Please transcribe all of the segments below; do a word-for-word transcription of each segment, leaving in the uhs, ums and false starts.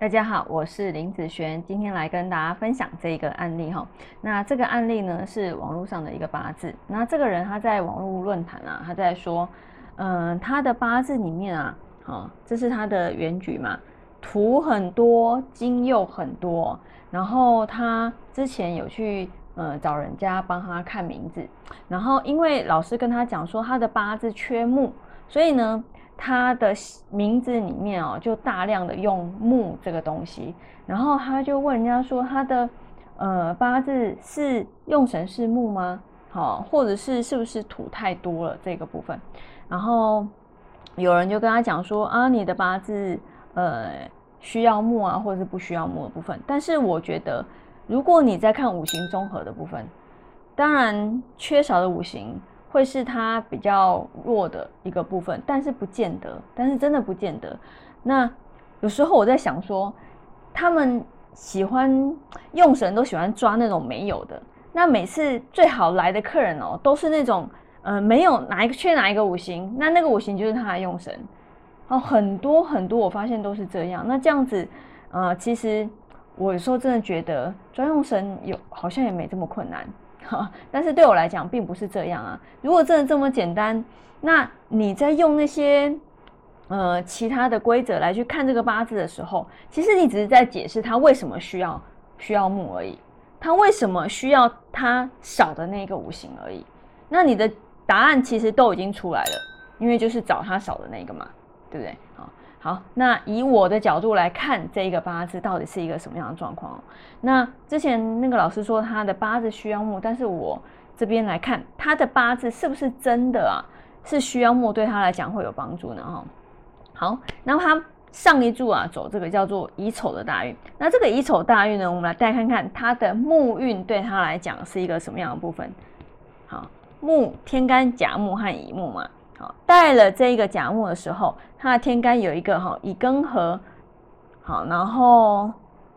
大家好，我是林子璇，今天来跟大家分享这个案例哈。那这个案例呢是网络上的一个八字，那这个人他在网络论坛啊，他在说，嗯、呃，他的八字里面啊，哦，这是他的原局嘛，土很多，金又很多，然后他之前有去呃找人家帮他看名字，然后因为老师跟他讲说他的八字缺木，所以呢。他的名字里面哦，就大量的用木这个东西，然后他就问人家说，他的呃八字是用神是木吗？好、哦，或者是是不是土太多了这个部分？然后有人就跟他讲说啊，你的八字呃需要木啊，或者是不需要木的部分。但是我觉得，如果你在看五行综合的部分，当然缺少的五行。会是它比较弱的一个部分，但是不见得，但是真的不见得。那有时候我在想说，他们喜欢用神都喜欢抓那种没有的，那每次最好来的客人哦，都是那种呃没有哪一个缺哪一个五行，那那个五行就是他的用神。哦，很多很多我发现都是这样。那这样子，呃，其实我有时候真的觉得专用神有好像也没这么困难。但是对我来讲并不是这样啊，如果真的这么简单，那你在用那些呃其他的规则来去看这个八字的时候，其实你只是在解释它为什么需要需要木而已，它为什么需要它少的那个五行而已。那你的答案其实都已经出来了，因为就是找它少的那个嘛，对不对？好好，那以我的角度来看，这一个八字到底是一个什么样的状况？那之前那个老师说他的八字需要木，但是我这边来看，他的八字是不是真的啊？是需要木对他来讲会有帮助呢？哈，好，然后他上一柱啊走这个叫做乙丑的大运，那这个乙丑大运呢，我们来带看看他的木运对他来讲是一个什么样的部分？好，木天干甲木和乙木嘛。好，带了这个甲木的时候，它的天干有一个哈乙庚合，好，然后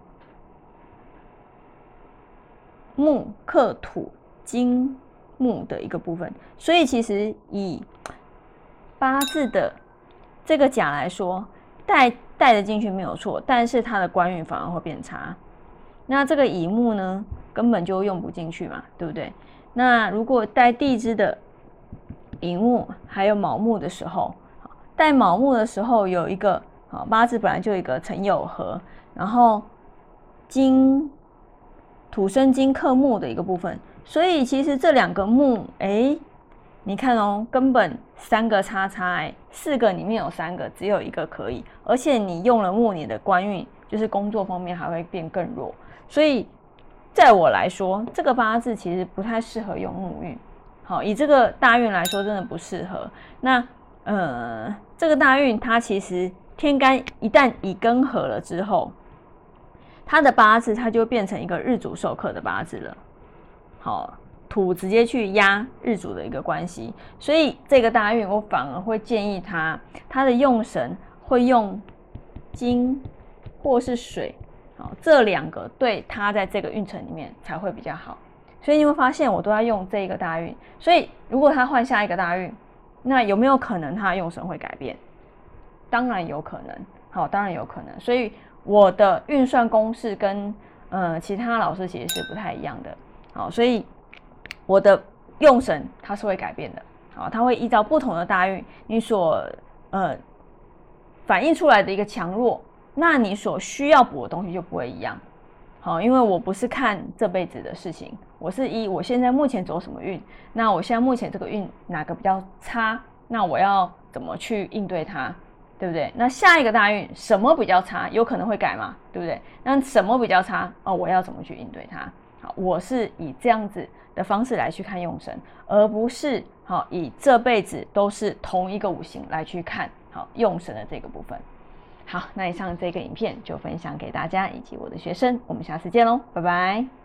木克土金木的一个部分，所以其实以八字的这个甲来说，带带得进去没有错，但是它的官运反而会变差。那这个乙木呢，根本就用不进去嘛，对不对？那如果带地支的乙木还有卯木的时候，带卯木的时候有一个八字本来就有一个辰酉合，然后金土生金克木的一个部分，所以其实这两个木，哎，你看哦，根本三个叉叉，哎，四个里面有三个，只有一个可以，而且你用了木，你的官运就是工作方面还会变更弱，所以在我来说，这个八字其实不太适合用木运。好，以这个大运来说，真的不适合。那呃，这个大运它其实天干一旦乙庚合了之后，它的八字它就变成一个日主受克的八字了。好，土直接去压日主的一个关系，所以这个大运我反而会建议他，他的用神会用金或是水，好，这两个对他在这个运程里面才会比较好。所以你会发现我都在用这一个大运，所以如果他换下一个大运，那有没有可能他的用神会改变？当然有可能，好，当然有可能。所以我的运算公式跟呃其他老师其实是不太一样的，好，所以我的用神它是会改变的，好，它会依照不同的大运，你所呃反映出来的一个强弱，那你所需要补的东西就不会一样。好，因为我不是看这辈子的事情，我是依我现在目前走什么运，那我现在目前这个运哪个比较差，那我要怎么去应对它，对不对？那下一个大运什么比较差，有可能会改嘛，对不对？那什么比较差哦，我要怎么去应对它？好，我是以这样子的方式来去看用神，而不是好以这辈子都是同一个五行来去看好用神的这个部分。好，那以上这个影片就分享给大家以及我的学生，我们下次见喽，拜拜。